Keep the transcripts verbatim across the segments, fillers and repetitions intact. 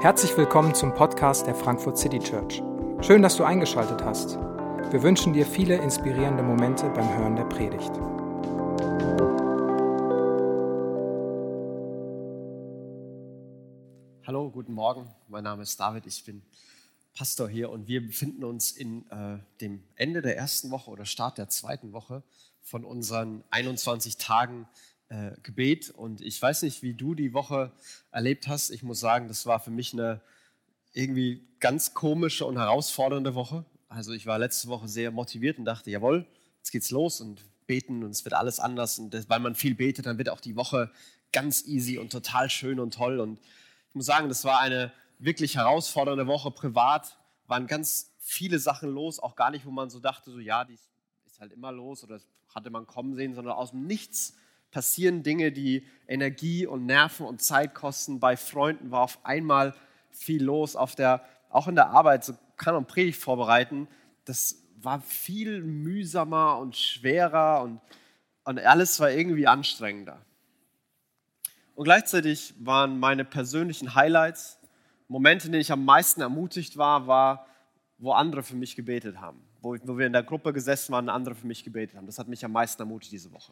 Herzlich willkommen zum Podcast der Frankfurt City Church. Schön, dass du eingeschaltet hast. Wir wünschen dir viele inspirierende Momente beim Hören der Predigt. Hallo, guten Morgen. Mein Name ist David, ich bin Pastor hier und wir befinden uns in äh, dem Ende der ersten Woche oder Start der zweiten Woche von unseren einundzwanzig Tagen äh, Gebet. Und ich weiß nicht, wie du die Woche erlebt hast. Ich muss sagen, das war für mich eine irgendwie ganz komische und herausfordernde Woche. Also ich war letzte Woche sehr motiviert und dachte, jawohl, jetzt geht's los und beten und es wird alles anders. Und das, weil man viel betet, dann wird auch die Woche ganz easy und total schön und toll. Und ich muss sagen, das war eine wirklich herausfordernde Woche. Privat waren ganz viele Sachen los, auch gar nicht, wo man so dachte, so ja, die ist halt immer los oder das hatte man kommen sehen, sondern aus dem Nichts passieren Dinge, die Energie und Nerven und Zeit kosten. Bei Freunden war auf einmal viel los, auf der, auch in der Arbeit, so kann man Predigt vorbereiten. Das war viel mühsamer und schwerer und, und alles war irgendwie anstrengender. Und gleichzeitig waren meine persönlichen Highlights, Momente, in denen ich am meisten ermutigt war, war, wo andere für mich gebetet haben. Wo, wo wir in der Gruppe gesessen waren und andere für mich gebetet haben. Das hat mich am meisten ermutigt diese Woche.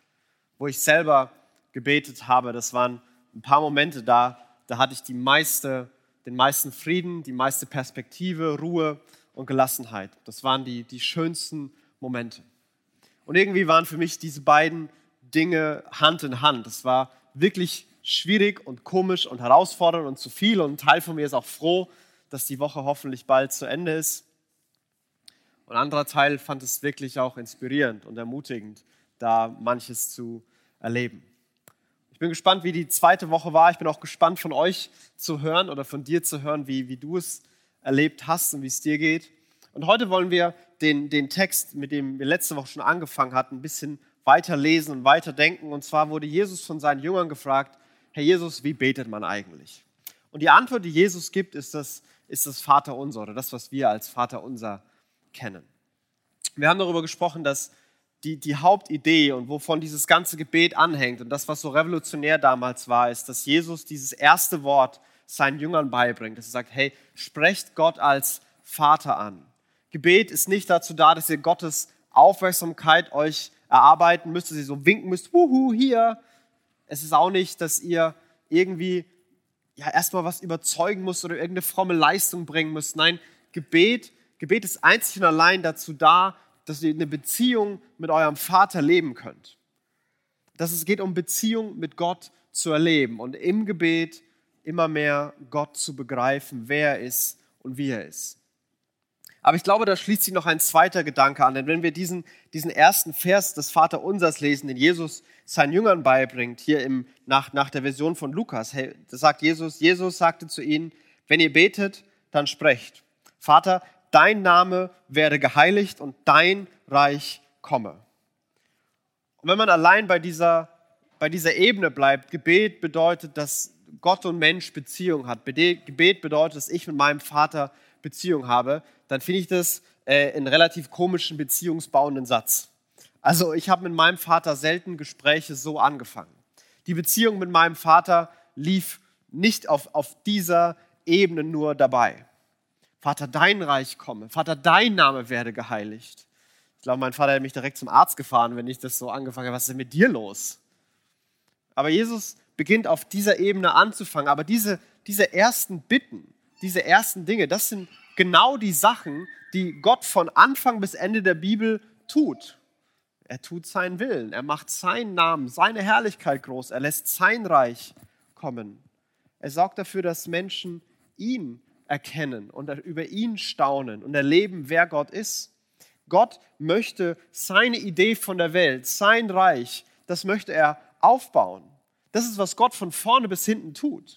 Wo ich selber gebetet habe, das waren ein paar Momente, da, da hatte ich die meiste, den meisten Frieden, die meiste Perspektive, Ruhe und Gelassenheit. Das waren die, die schönsten Momente. Und irgendwie waren für mich diese beiden Dinge Hand in Hand. Das war wirklich schwierig und komisch und herausfordernd und zu viel. Und ein Teil von mir ist auch froh, dass die Woche hoffentlich bald zu Ende ist. Und ein anderer Teil fand es wirklich auch inspirierend und ermutigend, da manches zu erleben. Ich bin gespannt, wie die zweite Woche war. Ich bin auch gespannt, von euch zu hören oder von dir zu hören, wie, wie du es erlebt hast und wie es dir geht. Und heute wollen wir den, den Text, mit dem wir letzte Woche schon angefangen hatten, ein bisschen weiterlesen und weiterdenken. Und zwar wurde Jesus von seinen Jüngern gefragt, Herr Jesus, wie betet man eigentlich? Und die Antwort, die Jesus gibt, ist das, ist das Vaterunser oder das, was wir als Vaterunser kennen. Wir haben darüber gesprochen, dass die, die Hauptidee und wovon dieses ganze Gebet anhängt und das, was so revolutionär damals war, ist, dass Jesus dieses erste Wort seinen Jüngern beibringt. Dass er sagt, hey, sprecht Gott als Vater an. Gebet ist nicht dazu da, dass ihr Gottes Aufmerksamkeit euch erarbeiten müsst, dass ihr so winken müsst, wuhu, hier. Es ist auch nicht, dass ihr irgendwie ja, erstmal was überzeugen müsst oder irgendeine fromme Leistung bringen müsst. Nein, Gebet, Gebet ist einzig und allein dazu da, dass ihr eine Beziehung mit eurem Vater leben könnt. Dass es geht um Beziehung mit Gott zu erleben und im Gebet immer mehr Gott zu begreifen, wer er ist und wie er ist. Aber ich glaube, da schließt sich noch ein zweiter Gedanke an, denn wenn wir diesen, diesen ersten Vers des Vaterunsers lesen, den Jesus seinen Jüngern beibringt, hier im, nach, nach der Version von Lukas, hey, das sagt Jesus, Jesus sagte zu ihnen, wenn ihr betet, dann sprecht. Vater, dein Name werde geheiligt und dein Reich komme. Und wenn man allein bei dieser, bei dieser Ebene bleibt, Gebet bedeutet, dass Gott und Mensch Beziehung hat. Gebet bedeutet, dass ich mit meinem Vater Beziehung habe, dann finde ich das äh, einen relativ komischen, beziehungsbauenden Satz. Also ich habe mit meinem Vater selten Gespräche so angefangen. Die Beziehung mit meinem Vater lief nicht auf, auf dieser Ebene nur dabei. Vater, dein Reich komme. Vater, dein Name werde geheiligt. Ich glaube, mein Vater hätte mich direkt zum Arzt gefahren, wenn ich das so angefangen habe. Was ist denn mit dir los? Aber Jesus beginnt auf dieser Ebene anzufangen. Aber diese, diese ersten Bitten, diese ersten Dinge, das sind genau die Sachen, die Gott von Anfang bis Ende der Bibel tut. Er tut seinen Willen, er macht seinen Namen, seine Herrlichkeit groß, er lässt sein Reich kommen. Er sorgt dafür, dass Menschen ihn erkennen und über ihn staunen und erleben, wer Gott ist. Gott möchte seine Idee von der Welt, sein Reich, das möchte er aufbauen. Das ist, was Gott von vorne bis hinten tut.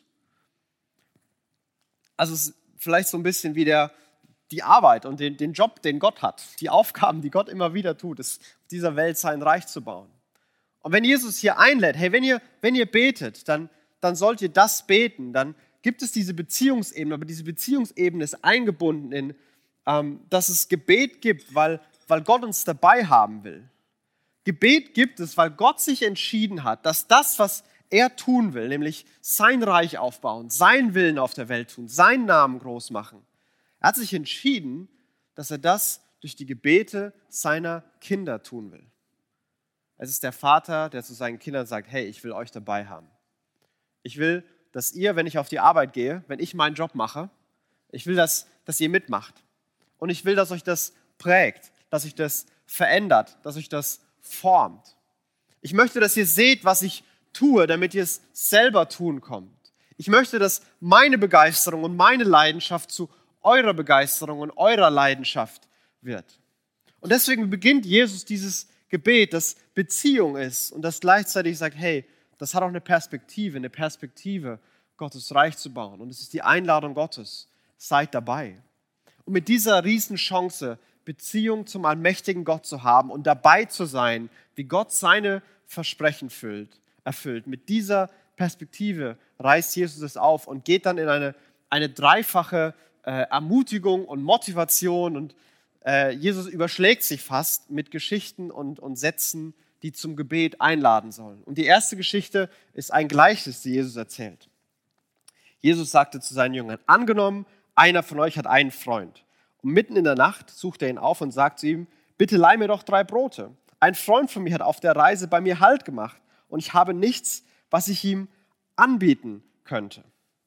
Also es ist vielleicht so ein bisschen wie der, die Arbeit und den, den Job, den Gott hat, die Aufgaben, die Gott immer wieder tut, ist auf dieser Welt sein Reich zu bauen. Und wenn Jesus hier einlädt, hey, wenn ihr, wenn ihr betet, dann, dann sollt ihr das beten, dann gibt es diese Beziehungsebene, aber diese Beziehungsebene ist eingebunden in, ähm, dass es Gebet gibt, weil, weil Gott uns dabei haben will. Gebet gibt es, weil Gott sich entschieden hat, dass das, was er tun will, nämlich sein Reich aufbauen, seinen Willen auf der Welt tun, seinen Namen groß machen. Er hat sich entschieden, dass er das durch die Gebete seiner Kinder tun will. Es ist der Vater, der zu seinen Kindern sagt, hey, ich will euch dabei haben. Ich will, dass ihr, wenn ich auf die Arbeit gehe, wenn ich meinen Job mache, ich will, dass, dass ihr mitmacht. Und ich will, dass euch das prägt, dass euch das verändert, dass euch das formt. Ich möchte, dass ihr seht, was ich tue, damit ihr es selber tun kommt. Ich möchte, dass meine Begeisterung und meine Leidenschaft zu eurer Begeisterung und eurer Leidenschaft wird. Und deswegen beginnt Jesus dieses Gebet, das Beziehung ist und das gleichzeitig sagt, hey, das hat auch eine Perspektive, eine Perspektive, Gottes Reich zu bauen. Und es ist die Einladung Gottes, seid dabei. Und mit dieser Riesenchance, Beziehung zum allmächtigen Gott zu haben und dabei zu sein, wie Gott seine Versprechen füllt, erfüllt, mit dieser Perspektive reißt Jesus es auf und geht dann in eine, eine dreifache äh, Ermutigung und Motivation und äh, Jesus überschlägt sich fast mit Geschichten und, und Sätzen, die zum Gebet einladen sollen. Und die erste Geschichte ist ein Gleichnis, die Jesus erzählt. Jesus sagte zu seinen Jüngern, angenommen, einer von euch hat einen Freund. Und mitten in der Nacht sucht er ihn auf und sagt zu ihm, bitte leih mir doch drei Brote. Ein Freund von mir hat auf der Reise bei mir Halt gemacht und ich habe nichts, was ich ihm anbieten könnte.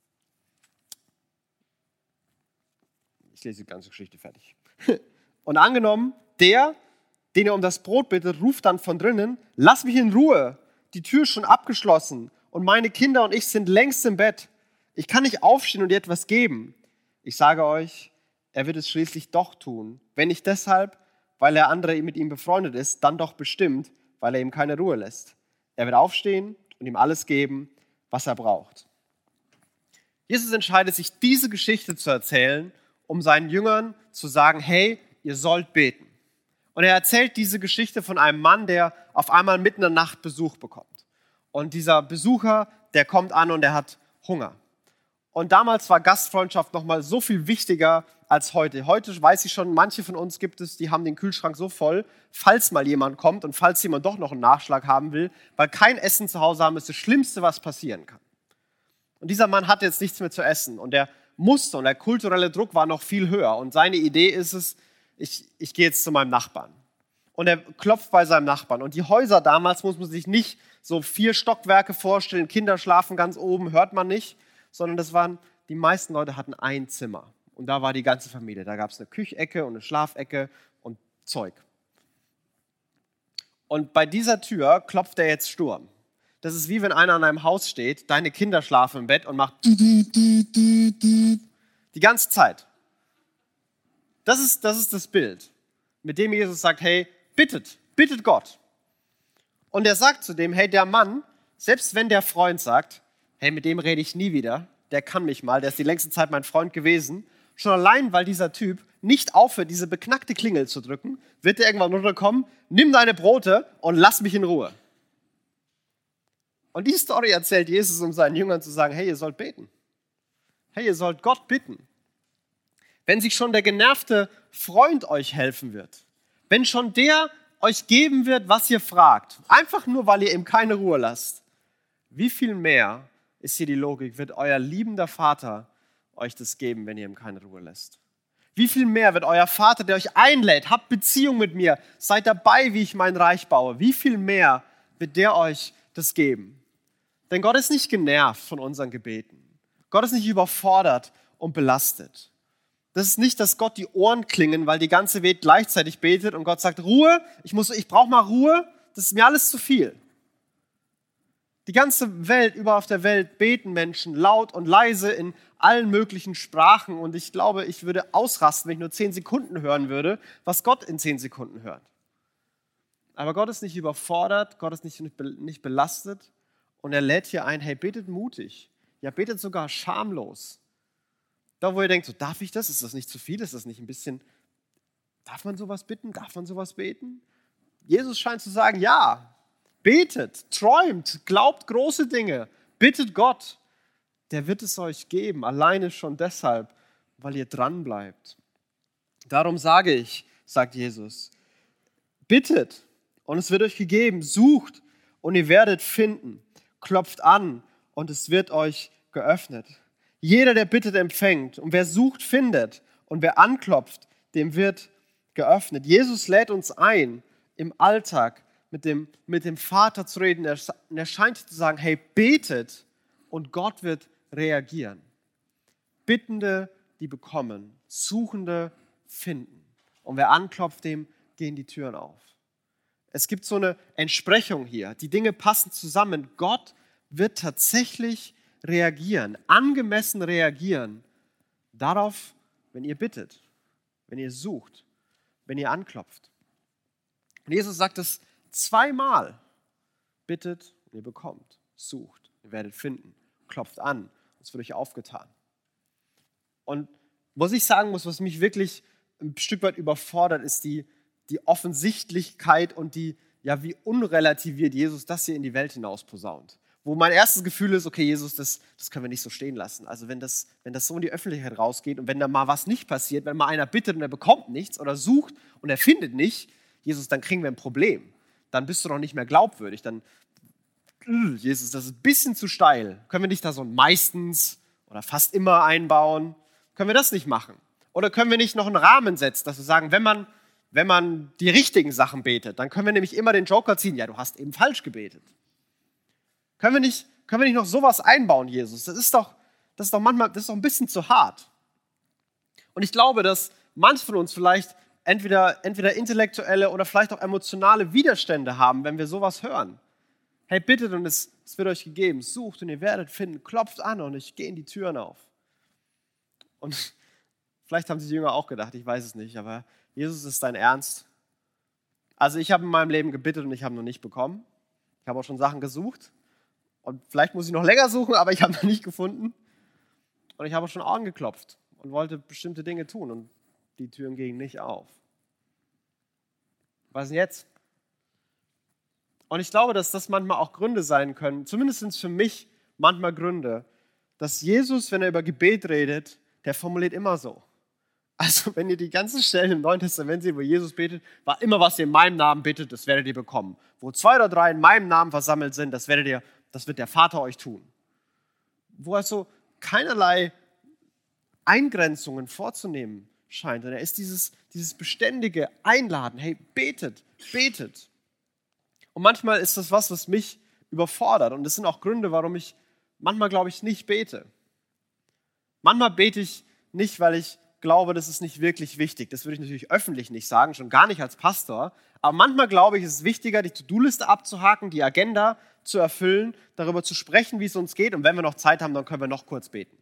Ich lese die ganze Geschichte fertig. Und angenommen, der, den er um das Brot bittet, ruft dann von drinnen, lass mich in Ruhe, die Tür ist schon abgeschlossen und meine Kinder und ich sind längst im Bett. Ich kann nicht aufstehen und dir etwas geben. Ich sage euch, er wird es schließlich doch tun. Wenn nicht deshalb, weil er andere mit ihm befreundet ist, dann doch bestimmt, weil er ihm keine Ruhe lässt. Er wird aufstehen und ihm alles geben, was er braucht. Jesus entscheidet sich, diese Geschichte zu erzählen, um seinen Jüngern zu sagen, hey, ihr sollt beten. Und er erzählt diese Geschichte von einem Mann, der auf einmal mitten in der Nacht Besuch bekommt. Und dieser Besucher, der kommt an und er hat Hunger. Und damals war Gastfreundschaft nochmal so viel wichtiger als heute. Heute weiß ich schon, manche von uns gibt es, die haben den Kühlschrank so voll, falls mal jemand kommt und falls jemand doch noch einen Nachschlag haben will, weil kein Essen zu Hause haben ist das Schlimmste, was passieren kann. Und dieser Mann hatte jetzt nichts mehr zu essen und der musste und der kulturelle Druck war noch viel höher. Und seine Idee ist es, ich, ich gehe jetzt zu meinem Nachbarn. Und er klopft bei seinem Nachbarn. Und die Häuser damals muss man sich nicht so vier Stockwerke vorstellen, Kinder schlafen ganz oben, hört man nicht, sondern das waren, die meisten Leute hatten ein Zimmer. Und da war die ganze Familie. Da gab es eine Küchecke und eine Schlafecke und Zeug. Und bei dieser Tür klopft er jetzt Sturm. Das ist wie wenn einer an einem Haus steht, deine Kinder schlafen im Bett und macht die ganze Zeit. Das ist, das ist das Bild, mit dem Jesus sagt, hey, bittet, bittet Gott. Und er sagt zu dem, hey, der Mann, selbst wenn der Freund sagt, hey, mit dem rede ich nie wieder, der kann mich mal, der ist die längste Zeit mein Freund gewesen, schon allein, weil dieser Typ nicht aufhört, diese beknackte Klingel zu drücken, wird er irgendwann runterkommen, nimm deine Brote und lass mich in Ruhe. Und die Story erzählt Jesus, um seinen Jüngern zu sagen, hey, ihr sollt beten. Hey, ihr sollt Gott bitten. Wenn sich schon der genervte Freund euch helfen wird, wenn schon der euch geben wird, was ihr fragt, einfach nur, weil ihr ihm keine Ruhe lasst, wie viel mehr ist hier die Logik, wird euer liebender Vater euch das geben, wenn ihr ihm keine Ruhe lässt? Wie viel mehr wird euer Vater, der euch einlädt, habt Beziehung mit mir, seid dabei, wie ich mein Reich baue, wie viel mehr wird der euch das geben? Denn Gott ist nicht genervt von unseren Gebeten. Gott ist nicht überfordert und belastet. Das ist nicht, dass Gott die Ohren klingen, weil die ganze Welt gleichzeitig betet und Gott sagt, Ruhe, ich, muss, ich brauche mal Ruhe, das ist mir alles zu viel. Die ganze Welt, überall auf der Welt beten Menschen laut und leise in allen möglichen Sprachen und ich glaube, ich würde ausrasten, wenn ich nur zehn Sekunden hören würde, was Gott in zehn Sekunden hört. Aber Gott ist nicht überfordert, Gott ist nicht, nicht belastet und er lädt hier ein, hey, betet mutig, ja, betet sogar schamlos. Da, wo ihr denkt, so, darf ich das? Ist das nicht zu viel? Ist das nicht ein bisschen, darf man sowas bitten? Darf man sowas beten? Jesus scheint zu sagen, ja, betet, träumt, glaubt große Dinge, bittet Gott. Der wird es euch geben, alleine schon deshalb, weil ihr dran bleibt. Darum sage ich, sagt Jesus, bittet und es wird euch gegeben, sucht und ihr werdet finden, klopft an und es wird euch geöffnet. Jeder, der bittet, empfängt. Und wer sucht, findet. Und wer anklopft, dem wird geöffnet. Jesus lädt uns ein, im Alltag mit dem, mit dem Vater zu reden. Er, er scheint zu sagen, hey, betet und Gott wird reagieren. Bittende, die bekommen. Suchende finden. Und wer anklopft, dem gehen die Türen auf. Es gibt so eine Entsprechung hier. Die Dinge passen zusammen. Gott wird tatsächlich reagieren, angemessen reagieren darauf, wenn ihr bittet, wenn ihr sucht, wenn ihr anklopft. Und Jesus sagt es zweimal. Bittet und ihr bekommt. Sucht, ihr werdet finden. Klopft an, es wird euch aufgetan. Und was ich sagen muss, was mich wirklich ein Stück weit überfordert, ist die, die Offensichtlichkeit und die, ja, wie unrelativiert Jesus das hier in die Welt hinaus posaunt. Wo mein erstes Gefühl ist, okay, Jesus, das, das können wir nicht so stehen lassen. Also wenn das, wenn das so in die Öffentlichkeit rausgeht und wenn da mal was nicht passiert, wenn mal einer bittet und er bekommt nichts oder sucht und er findet nicht, Jesus, dann kriegen wir ein Problem. Dann bist du doch nicht mehr glaubwürdig. Dann, Jesus, das ist ein bisschen zu steil. Können wir nicht da so ein meistens oder fast immer einbauen? Können wir das nicht machen? Oder können wir nicht noch einen Rahmen setzen, dass wir sagen, wenn man, wenn man die richtigen Sachen betet, dann können wir nämlich immer den Joker ziehen, ja, du hast eben falsch gebetet. Können wir nicht, können wir nicht noch sowas einbauen, Jesus? Das ist doch, das ist doch manchmal, das ist doch ein bisschen zu hart. Und ich glaube, dass manche von uns vielleicht entweder, entweder intellektuelle oder vielleicht auch emotionale Widerstände haben, wenn wir sowas hören. Hey, bittet und es, es wird euch gegeben. Sucht und ihr werdet finden. Klopft an und ich gehe in die Türen auf. Und vielleicht haben sich die Jünger auch gedacht, ich weiß es nicht, aber Jesus, ist dein Ernst? Also ich habe in meinem Leben gebittet und ich habe noch nicht bekommen. Ich habe auch schon Sachen gesucht. Und vielleicht muss ich noch länger suchen, aber ich habe noch nicht gefunden. Und ich habe auch schon angeklopft und wollte bestimmte Dinge tun und die Türen gingen nicht auf. Was denn jetzt? Und ich glaube, dass das manchmal auch Gründe sein können, zumindest sind es für mich manchmal Gründe, dass Jesus, wenn er über Gebet redet, der formuliert immer so. Also wenn ihr die ganzen Stellen im Neuen Testament seht, wo Jesus betet, war immer, was ihr in meinem Namen bittet, das werdet ihr bekommen. Wo zwei oder drei in meinem Namen versammelt sind, das werdet ihr Das wird der Vater euch tun. Wo er so keinerlei Eingrenzungen vorzunehmen scheint. Und er ist dieses, dieses beständige Einladen. Hey, betet, betet. Und manchmal ist das was, was mich überfordert. Und das sind auch Gründe, warum ich manchmal, glaube ich, nicht bete. Manchmal bete ich nicht, weil ich glaube, das ist nicht wirklich wichtig. Das würde ich natürlich öffentlich nicht sagen, schon gar nicht als Pastor. Aber manchmal glaube ich, ist es wichtiger, die To-Do-Liste abzuhaken, die Agenda zu erfüllen, darüber zu sprechen, wie es uns geht. Und wenn wir noch Zeit haben, dann können wir noch kurz beten.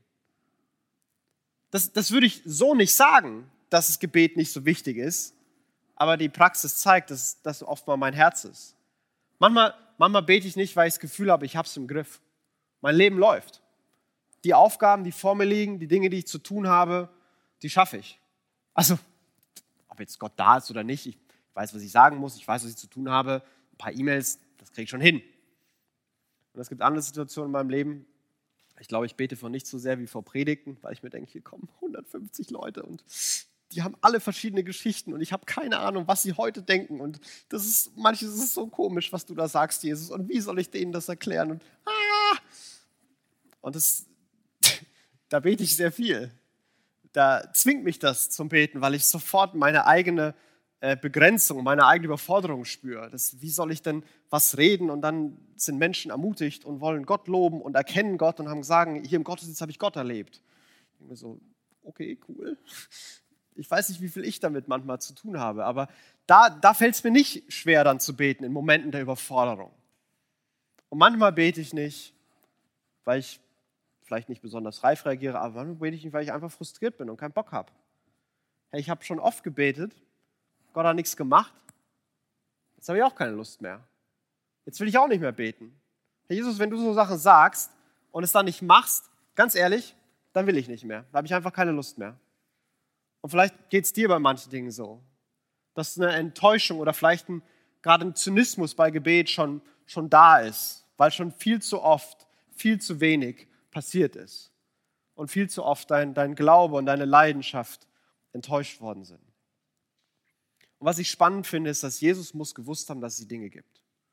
Das, das würde ich so nicht sagen, dass das Gebet nicht so wichtig ist. Aber die Praxis zeigt, dass das oft mal mein Herz ist. Manchmal, manchmal bete ich nicht, weil ich das Gefühl habe, ich habe es im Griff. Mein Leben läuft. Die Aufgaben, die vor mir liegen, die Dinge, die ich zu tun habe, die schaffe ich. Also, ob jetzt Gott da ist oder nicht, ich weiß, was ich sagen muss, ich weiß, was ich zu tun habe, ein paar E-Mails, das kriege ich schon hin. Und es gibt andere Situationen in meinem Leben, ich glaube, ich bete vor nicht so sehr wie vor Predigten, weil ich mir denke, hier kommen hundertfünfzig Leute und die haben alle verschiedene Geschichten und ich habe keine Ahnung, was sie heute denken. Und das ist, manches ist so komisch, was du da sagst, Jesus. Und wie soll ich denen das erklären? Und, ah! und das, da bete ich sehr viel. Da zwingt mich das zum Beten, weil ich sofort meine eigene äh, Begrenzung, meine eigene Überforderung spüre. Das, wie soll ich denn was reden? Und dann sind Menschen ermutigt und wollen Gott loben und erkennen Gott und haben gesagt, hier im Gottesdienst habe ich Gott erlebt. Ich denke mir so, okay, cool. Ich weiß nicht, wie viel ich damit manchmal zu tun habe, aber da, da fällt es mir nicht schwer, dann zu beten in Momenten der Überforderung. Und manchmal bete ich nicht, weil ich vielleicht nicht besonders reif reagiere, aber manchmal bete ich nicht, weil ich einfach frustriert bin und keinen Bock habe. Hey, ich habe schon oft gebetet, Gott hat nichts gemacht, jetzt habe ich auch keine Lust mehr. Jetzt will ich auch nicht mehr beten. Herr Jesus, wenn du so Sachen sagst und es dann nicht machst, ganz ehrlich, dann will ich nicht mehr. Da habe ich einfach keine Lust mehr. Und vielleicht geht es dir bei manchen Dingen so, dass eine Enttäuschung oder vielleicht ein, gerade ein Zynismus bei Gebet schon, schon da ist, weil schon viel zu oft, viel zu wenig passiert ist und viel zu oft dein, dein Glaube und deine Leidenschaft enttäuscht worden sind. Und was ich spannend finde, ist, dass Jesus muss gewusst haben, dass es die Dinge gibt.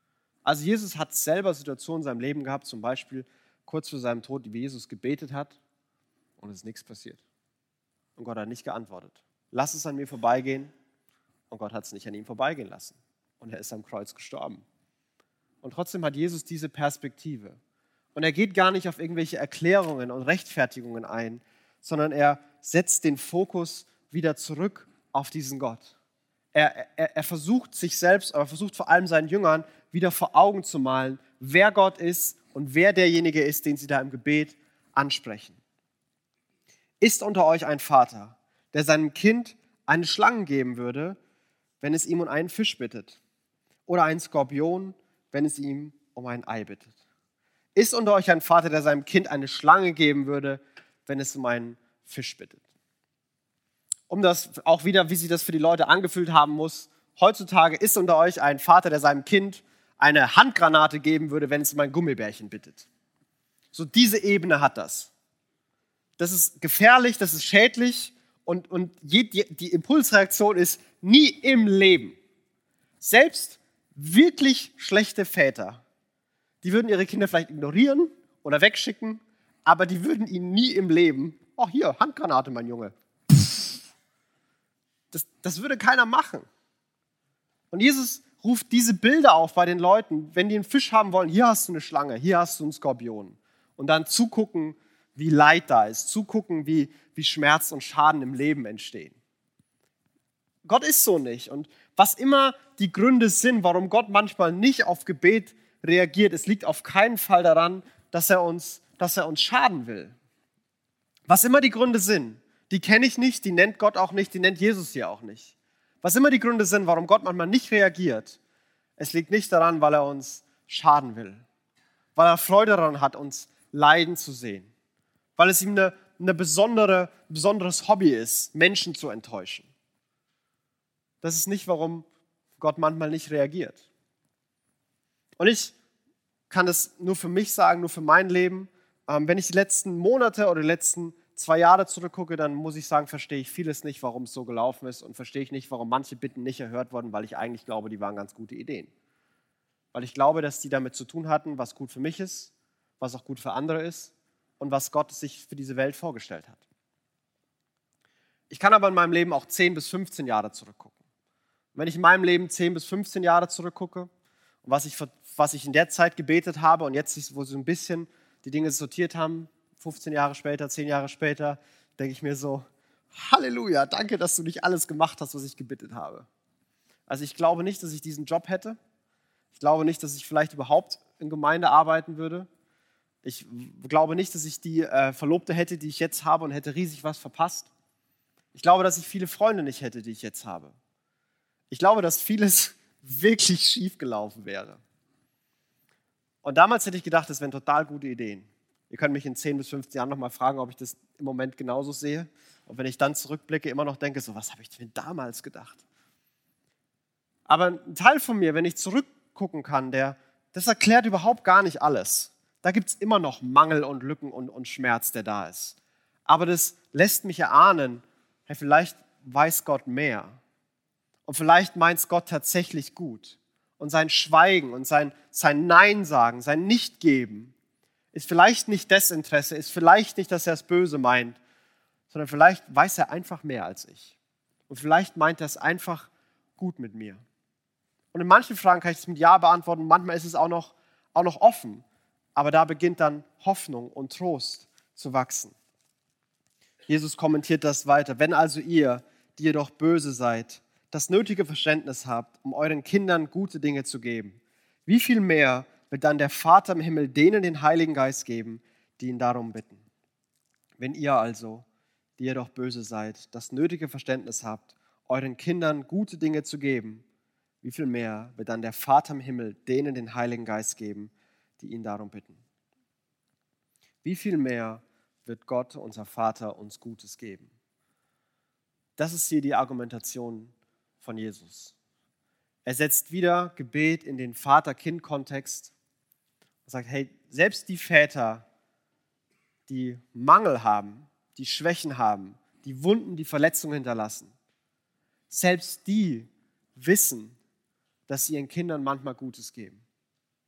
Also Jesus hat selber Situationen in seinem Leben gehabt, zum Beispiel kurz vor seinem Tod, wie Jesus gebetet hat und es ist nichts passiert. Und Gott hat nicht geantwortet. Lass es an mir vorbeigehen. Und Gott hat es nicht an ihm vorbeigehen lassen. Und er ist am Kreuz gestorben. Und trotzdem hat Jesus diese Perspektive. Und er geht gar nicht auf irgendwelche Erklärungen und Rechtfertigungen ein, sondern er setzt den Fokus wieder zurück auf diesen Gott. Er, er, er versucht sich selbst, aber versucht vor allem seinen Jüngern wieder vor Augen zu malen, wer Gott ist und wer derjenige ist, den sie da im Gebet ansprechen. Ist unter euch ein Vater, der seinem Kind eine Schlange geben würde, wenn es ihm um einen Fisch bittet? Oder einen Skorpion, wenn es ihm um ein Ei bittet? Ist unter euch ein Vater, der seinem Kind eine Schlange geben würde, wenn es um einen Fisch bittet? Um das auch wieder, wie sich das für die Leute angefühlt haben muss, heutzutage ist unter euch ein Vater, der seinem Kind eine Handgranate geben würde, wenn es um ein Gummibärchen bittet. So diese Ebene hat das. Das ist gefährlich, das ist schädlich und, und die, die Impulsreaktion ist nie im Leben. Selbst wirklich schlechte Väter, die würden ihre Kinder vielleicht ignorieren oder wegschicken, aber die würden ihnen nie im Leben, oh hier, Handgranate, mein Junge. Das, das würde keiner machen. Und Jesus ruft diese Bilder auf bei den Leuten, wenn die einen Fisch haben wollen, hier hast du eine Schlange, hier hast du einen Skorpion. Und dann zugucken, wie Leid da ist, zugucken, wie, wie Schmerz und Schaden im Leben entstehen. Gott ist so nicht. Und was immer die Gründe sind, warum Gott manchmal nicht auf Gebet reagiert, es liegt auf keinen Fall daran, dass er uns, dass er uns schaden will. Was immer die Gründe sind, die kenne ich nicht, die nennt Gott auch nicht, die nennt Jesus hier auch nicht. Was immer die Gründe sind, warum Gott manchmal nicht reagiert, es liegt nicht daran, weil er uns schaden will, weil er Freude daran hat, uns leiden zu sehen, weil es ihm eine, eine besondere, besonderes Hobby ist, Menschen zu enttäuschen. Das ist nicht, warum Gott manchmal nicht reagiert. Und ich kann das nur für mich sagen, nur für mein Leben. Ähm, wenn ich die letzten Monate oder die letzten zwei Jahre zurückgucke, dann muss ich sagen, verstehe ich vieles nicht, warum es so gelaufen ist und verstehe ich nicht, warum manche Bitten nicht erhört wurden, weil ich eigentlich glaube, die waren ganz gute Ideen. Weil ich glaube, dass die damit zu tun hatten, was gut für mich ist, was auch gut für andere ist und was Gott sich für diese Welt vorgestellt hat. Ich kann aber in meinem Leben auch zehn bis fünfzehn Jahre zurückgucken. Und wenn ich in meinem Leben zehn bis fünfzehn Jahre zurückgucke und was ich, was ich in der Zeit gebetet habe und jetzt, wo so ein bisschen die Dinge sortiert haben, fünfzehn Jahre später, zehn Jahre später, denke ich mir so, Halleluja, danke, dass du nicht alles gemacht hast, was ich gebeten habe. Also ich glaube nicht, dass ich diesen Job hätte. Ich glaube nicht, dass ich vielleicht überhaupt in Gemeinde arbeiten würde. Ich glaube nicht, dass ich die äh, Verlobte hätte, die ich jetzt habe und hätte riesig was verpasst. Ich glaube, dass ich viele Freunde nicht hätte, die ich jetzt habe. Ich glaube, dass vieles wirklich schief gelaufen wäre. Und damals hätte ich gedacht, das wären total gute Ideen. Ihr könnt mich in zehn bis fünfzehn Jahren nochmal fragen, ob ich das im Moment genauso sehe. Und wenn ich dann zurückblicke, immer noch denke, so, was habe ich denn damals gedacht? Aber ein Teil von mir, wenn ich zurückgucken kann, der, das erklärt überhaupt gar nicht alles. Da gibt es immer noch Mangel und Lücken und, und Schmerz, der da ist. Aber das lässt mich erahnen, hey, vielleicht weiß Gott mehr. Und vielleicht meint es Gott tatsächlich gut. Und sein Schweigen und sein, sein Nein sagen, sein Nicht-Geben, ist vielleicht nicht Desinteresse, ist vielleicht nicht, dass er es böse meint, sondern vielleicht weiß er einfach mehr als ich. Und vielleicht meint er es einfach gut mit mir. Und in manchen Fragen kann ich es mit Ja beantworten, manchmal ist es auch noch, auch noch offen. Aber da beginnt dann Hoffnung und Trost zu wachsen. Jesus kommentiert das weiter. Wenn also ihr, die ihr doch böse seid, das nötige Verständnis habt, um euren Kindern gute Dinge zu geben, wie viel mehr wird dann der Vater im Himmel denen den Heiligen Geist geben, die ihn darum bitten. Wenn ihr also, die ihr doch böse seid, das nötige Verständnis habt, euren Kindern gute Dinge zu geben, wie viel mehr wird dann der Vater im Himmel denen den Heiligen Geist geben, die ihn darum bitten. Wie viel mehr wird Gott, unser Vater, uns Gutes geben? Das ist hier die Argumentation von Jesus. Er setzt wieder Gebet in den Vater-Kind-Kontext und sagt, hey, selbst die Väter, die Mangel haben, die Schwächen haben, die Wunden, die Verletzungen hinterlassen, selbst die wissen, dass sie ihren Kindern manchmal Gutes geben.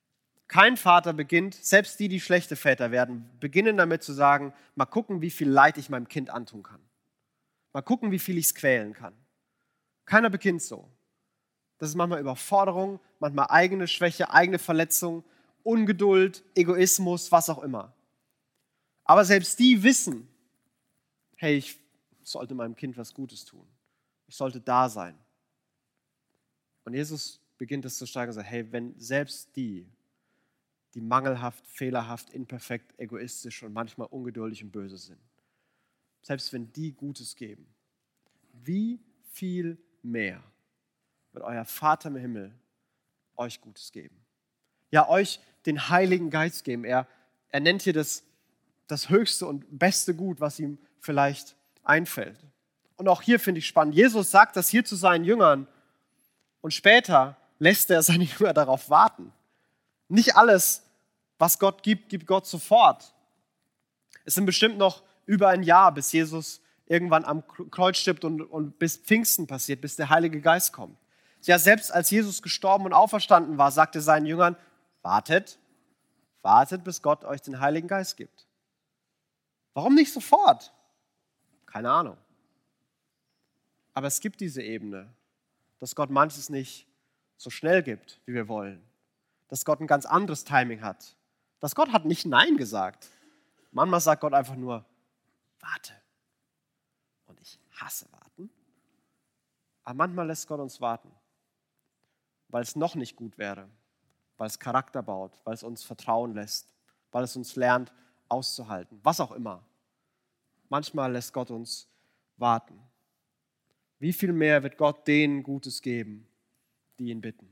Kein Vater beginnt, selbst die, die schlechte Väter werden, beginnen damit zu sagen, mal gucken, wie viel Leid ich meinem Kind antun kann. Mal gucken, wie viel ich es quälen kann. Keiner beginnt so. Das ist manchmal Überforderung, manchmal eigene Schwäche, eigene Verletzung, Ungeduld, Egoismus, was auch immer. Aber selbst die wissen, hey, ich sollte meinem Kind was Gutes tun. Ich sollte da sein. Und Jesus beginnt es zu steigen und sagt, hey, wenn selbst die, die mangelhaft, fehlerhaft, imperfekt, egoistisch und manchmal ungeduldig und böse sind, selbst wenn die Gutes geben, wie viel mehr wird euer Vater im Himmel euch Gutes geben? Ja, euch den Heiligen Geist geben. Er, er nennt hier das, das höchste und beste Gut, was ihm vielleicht einfällt. Und auch hier finde ich spannend. Jesus sagt das hier zu seinen Jüngern und später lässt er seine Jünger darauf warten. Nicht alles, was Gott gibt, gibt Gott sofort. Es sind bestimmt noch über ein Jahr, bis Jesus irgendwann am Kreuz stirbt und, und bis Pfingsten passiert, bis der Heilige Geist kommt. Ja, selbst als Jesus gestorben und auferstanden war, sagte er seinen Jüngern, wartet, wartet, bis Gott euch den Heiligen Geist gibt. Warum nicht sofort? Keine Ahnung. Aber es gibt diese Ebene, dass Gott manches nicht so schnell gibt, wie wir wollen. Dass Gott ein ganz anderes Timing hat. Dass Gott hat nicht Nein gesagt. Manchmal sagt Gott einfach nur, warte. Und ich hasse warten. Aber manchmal lässt Gott uns warten, weil es noch nicht gut wäre, weil es Charakter baut, weil es uns Vertrauen lässt, weil es uns lernt, auszuhalten, was auch immer. Manchmal lässt Gott uns warten. Wie viel mehr wird Gott denen Gutes geben, die ihn bitten?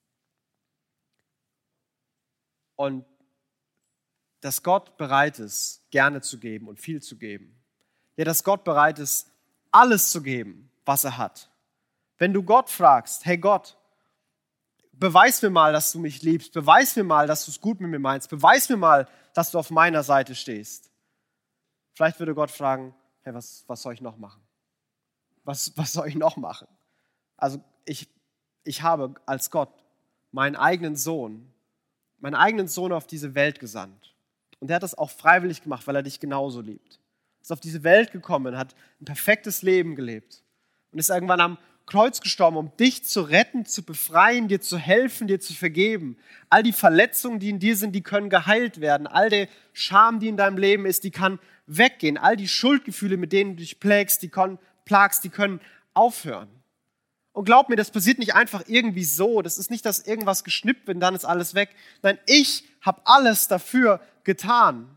Und dass Gott bereit ist, gerne zu geben und viel zu geben. Ja, dass Gott bereit ist, alles zu geben, was er hat. Wenn du Gott fragst, hey Gott, beweis mir mal, dass du mich liebst, beweis mir mal, dass du es gut mit mir meinst, beweis mir mal, dass du auf meiner Seite stehst. Vielleicht würde Gott fragen, hey, was, was soll ich noch machen? Was, was soll ich noch machen? Also ich, ich habe als Gott meinen eigenen Sohn, meinen eigenen Sohn auf diese Welt gesandt. Und er hat das auch freiwillig gemacht, weil er dich genauso liebt. Er ist auf diese Welt gekommen, hat ein perfektes Leben gelebt und ist irgendwann am Kreuz gestorben, um dich zu retten, zu befreien, dir zu helfen, dir zu vergeben. All die Verletzungen, die in dir sind, die können geheilt werden. All der Scham, die in deinem Leben ist, die kann weggehen. All die Schuldgefühle, mit denen du dich plagst, die können, plagst, die können aufhören. Und glaub mir, das passiert nicht einfach irgendwie so. Das ist nicht, dass irgendwas geschnippt wird und dann ist alles weg. Nein, ich habe alles dafür getan.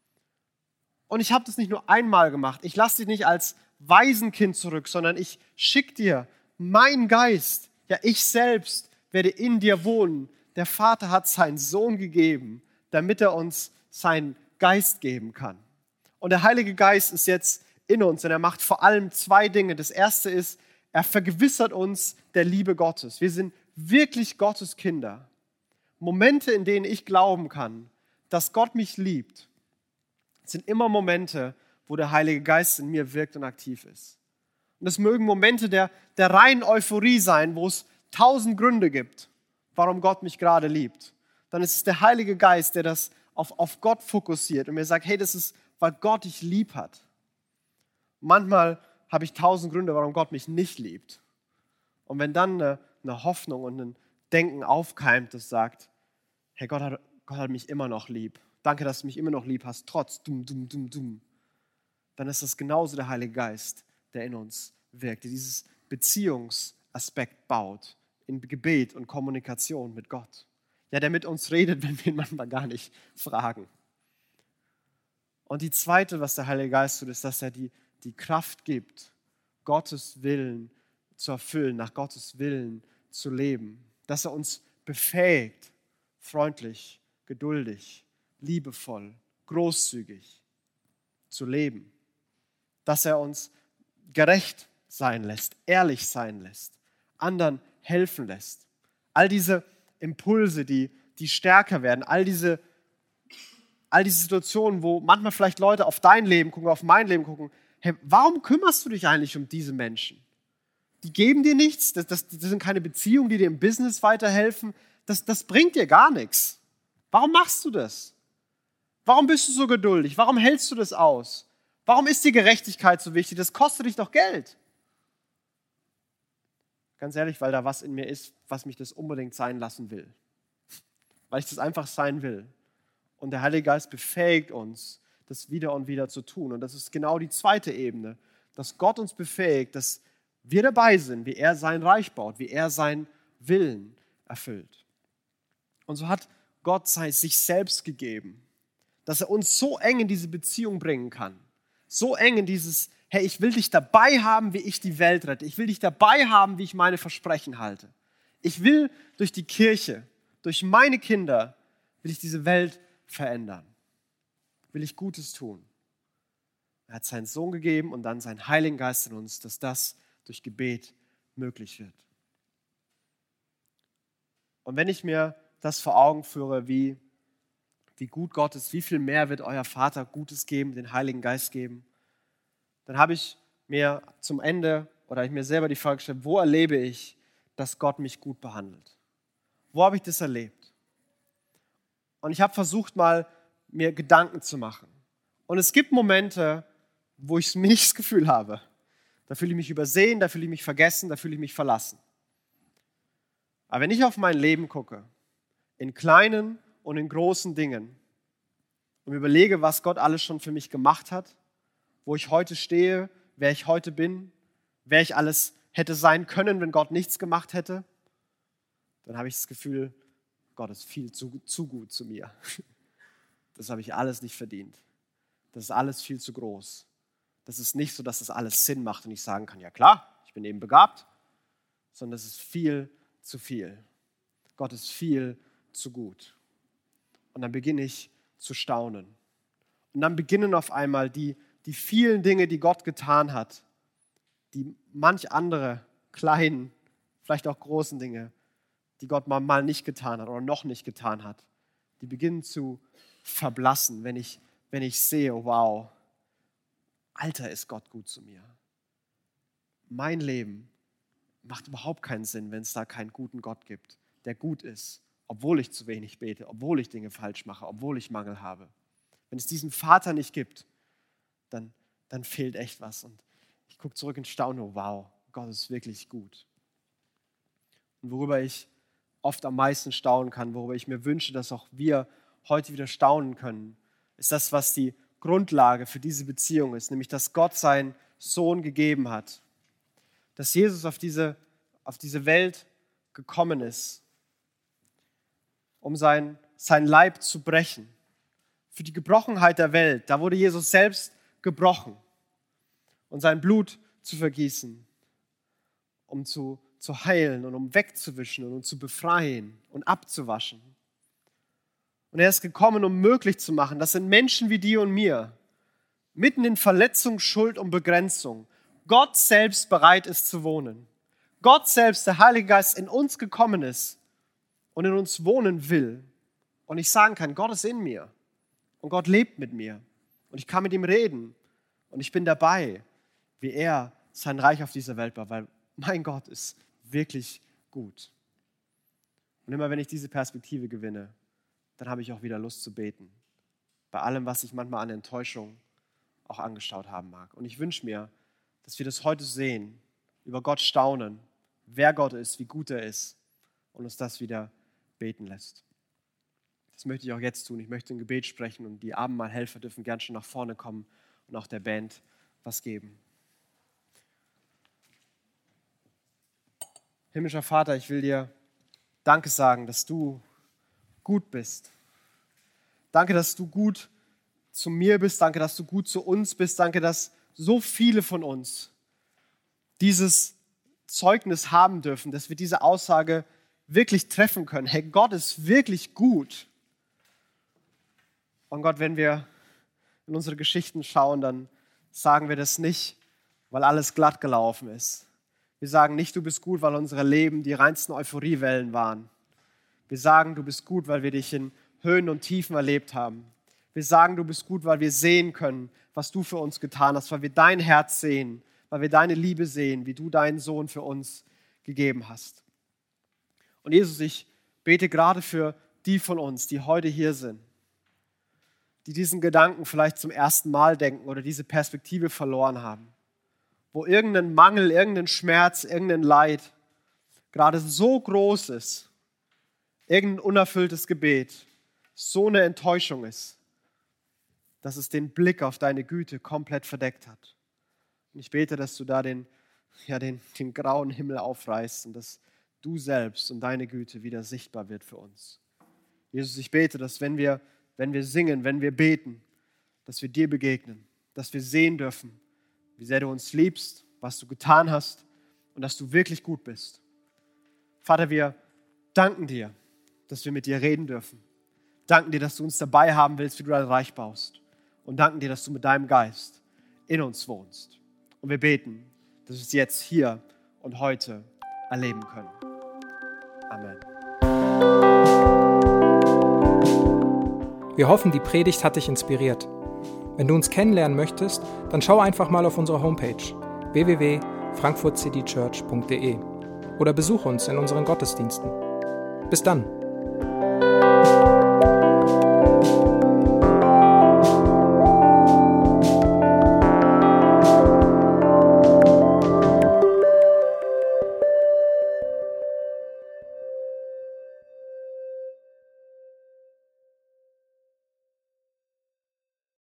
Und ich habe das nicht nur einmal gemacht. Ich lasse dich nicht als Waisenkind zurück, sondern ich schicke dir meinen Geist. Ja, ich selbst werde in dir wohnen. Der Vater hat seinen Sohn gegeben, damit er uns seinen Geist geben kann. Und der Heilige Geist ist jetzt in uns und er macht vor allem zwei Dinge. Das erste ist, er vergewissert uns der Liebe Gottes. Wir sind wirklich Gottes Kinder. Momente, in denen ich glauben kann, dass Gott mich liebt, sind immer Momente, wo der Heilige Geist in mir wirkt und aktiv ist. Und es mögen Momente der, der reinen Euphorie sein, wo es tausend Gründe gibt, warum Gott mich gerade liebt. Dann ist es der Heilige Geist, der das auf, auf Gott fokussiert und mir sagt, hey, das ist, weil Gott dich lieb hat. Manchmal habe ich tausend Gründe, warum Gott mich nicht liebt. Und wenn dann eine, eine Hoffnung und ein Denken aufkeimt, das sagt, hey, Gott hat, Gott hat mich immer noch lieb. Danke, dass du mich immer noch lieb hast, trotz dumm, dumm, dumm, dumm. Dann ist das genauso der Heilige Geist, der in uns wirkt, der dieses Beziehungsaspekt baut, in Gebet und Kommunikation mit Gott. Ja, der mit uns redet, wenn wir ihn manchmal gar nicht fragen. Und die zweite, was der Heilige Geist tut, ist, dass er die, die Kraft gibt, Gottes Willen zu erfüllen, nach Gottes Willen zu leben. Dass er uns befähigt, freundlich, geduldig, liebevoll, großzügig zu leben. Dass er uns gerecht sein lässt, ehrlich sein lässt, anderen helfen lässt. All diese Impulse, die, die stärker werden, all diese, all diese Situationen, wo manchmal vielleicht Leute auf dein Leben gucken, auf mein Leben gucken, hey, warum kümmerst du dich eigentlich um diese Menschen? Die geben dir nichts, das, das, das sind keine Beziehungen, die dir im Business weiterhelfen, das, das bringt dir gar nichts. Warum machst du das? Warum bist du so geduldig? Warum hältst du das aus? Warum ist dir Gerechtigkeit so wichtig? Das kostet dich doch Geld. Ganz ehrlich, weil da was in mir ist, was mich das unbedingt sein lassen will. Weil ich das einfach sein will. Und der Heilige Geist befähigt uns, das wieder und wieder zu tun. Und das ist genau die zweite Ebene, dass Gott uns befähigt, dass wir dabei sind, wie er sein Reich baut, wie er seinen Willen erfüllt. Und so hat Gott sich selbst gegeben, dass er uns so eng in diese Beziehung bringen kann. So eng in dieses, hey, ich will dich dabei haben, wie ich die Welt rette. Ich will dich dabei haben, wie ich meine Versprechen halte. Ich will durch die Kirche, durch meine Kinder, will ich diese Welt verändern. Will ich Gutes tun. Er hat seinen Sohn gegeben und dann seinen Heiligen Geist in uns, dass das durch Gebet möglich wird. Und wenn ich mir das vor Augen führe, wie, wie gut Gott ist, wie viel mehr wird euer Vater Gutes geben, den Heiligen Geist geben, dann habe ich mir zum Ende oder ich mir selber die Frage gestellt, wo erlebe ich, dass Gott mich gut behandelt? Wo habe ich das erlebt? Und ich habe versucht mal, mir Gedanken zu machen. Und es gibt Momente, wo ich nicht das Gefühl habe. Da fühle ich mich übersehen, da fühle ich mich vergessen, da fühle ich mich verlassen. Aber wenn ich auf mein Leben gucke, in kleinen und in großen Dingen und mir überlege, was Gott alles schon für mich gemacht hat, wo ich heute stehe, wer ich heute bin, wer ich alles hätte sein können, wenn Gott nichts gemacht hätte, dann habe ich das Gefühl, Gott ist viel zu, zu gut zu mir. Das habe ich alles nicht verdient. Das ist alles viel zu groß. Das ist nicht so, dass das alles Sinn macht und ich sagen kann, ja klar, ich bin eben begabt, sondern das ist viel zu viel. Gott ist viel zu gut. Und dann beginne ich zu staunen. Und dann beginnen auf einmal die, die vielen Dinge, die Gott getan hat, die manch andere kleinen, vielleicht auch großen Dinge, die Gott mal nicht getan hat oder noch nicht getan hat, die beginnen zu verblassen, wenn ich, wenn ich sehe, wow, Alter, ist Gott gut zu mir. Mein Leben macht überhaupt keinen Sinn, wenn es da keinen guten Gott gibt, der gut ist, obwohl ich zu wenig bete, obwohl ich Dinge falsch mache, obwohl ich Mangel habe. Wenn es diesen Vater nicht gibt, dann, dann fehlt echt was. Und ich gucke zurück und staune, wow, Gott ist wirklich gut. Und worüber ich oft am meisten staunen kann, worüber ich mir wünsche, dass auch wir heute wieder staunen können, ist das, was die Grundlage für diese Beziehung ist, nämlich dass Gott seinen Sohn gegeben hat, dass Jesus auf diese, auf diese Welt gekommen ist, um sein, sein Leib zu brechen. Für die Gebrochenheit der Welt, da wurde Jesus selbst gebrochen und sein Blut zu vergießen, um zu, zu heilen und um wegzuwischen und um zu befreien und abzuwaschen. Und er ist gekommen, um möglich zu machen, dass in Menschen wie dir und mir, mitten in Verletzung, Schuld und Begrenzung, Gott selbst bereit ist zu wohnen. Gott selbst, der Heilige Geist, in uns gekommen ist und in uns wohnen will. Und ich sagen kann, Gott ist in mir und Gott lebt mit mir. Und ich kann mit ihm reden und ich bin dabei, wie er sein Reich auf dieser Welt baut, weil mein Gott ist wirklich gut. Und immer wenn ich diese Perspektive gewinne, dann habe ich auch wieder Lust zu beten. Bei allem, was ich manchmal an Enttäuschung auch angeschaut haben mag. Und ich wünsche mir, dass wir das heute sehen, über Gott staunen, wer Gott ist, wie gut er ist und uns das wieder beten lässt. Das möchte ich auch jetzt tun. Ich möchte ein Gebet sprechen und die Abendmahlhelfer dürfen gern schon nach vorne kommen und auch der Band was geben. Himmlischer Vater, ich will dir Danke sagen, dass du gut bist. Danke, dass du gut zu mir bist. Danke, dass du gut zu uns bist. Danke, dass so viele von uns dieses Zeugnis haben dürfen, dass wir diese Aussage wirklich treffen können. Hey, Gott ist wirklich gut. Und Gott, wenn wir in unsere Geschichten schauen, dann sagen wir das nicht, weil alles glatt gelaufen ist. Wir sagen nicht, du bist gut, weil unsere Leben die reinsten Euphoriewellen waren. Wir sagen, du bist gut, weil wir dich in Höhen und Tiefen erlebt haben. Wir sagen, du bist gut, weil wir sehen können, was du für uns getan hast, weil wir dein Herz sehen, weil wir deine Liebe sehen, wie du deinen Sohn für uns gegeben hast. Und Jesus, ich bete gerade für die von uns, die heute hier sind, die diesen Gedanken vielleicht zum ersten Mal denken oder diese Perspektive verloren haben, wo irgendein Mangel, irgendein Schmerz, irgendein Leid gerade so groß ist, irgendein unerfülltes Gebet so eine Enttäuschung ist, dass es den Blick auf deine Güte komplett verdeckt hat. Und ich bete, dass du da den, ja, den, den grauen Himmel aufreißt und dass du selbst und deine Güte wieder sichtbar wird für uns. Jesus, ich bete, dass wenn wir, wenn wir singen, wenn wir beten, dass wir dir begegnen, dass wir sehen dürfen, wie sehr du uns liebst, was du getan hast und dass du wirklich gut bist. Vater, wir danken dir, dass wir mit dir reden dürfen. Danken dir, dass du uns dabei haben willst, wie du dein Reich baust. Und danken dir, dass du mit deinem Geist in uns wohnst. Und wir beten, dass wir es jetzt hier und heute erleben können. Amen. Wir hoffen, die Predigt hat dich inspiriert. Wenn du uns kennenlernen möchtest, dann schau einfach mal auf unsere Homepage w w w punkt frankfurt city church punkt d e oder besuche uns in unseren Gottesdiensten. Bis dann!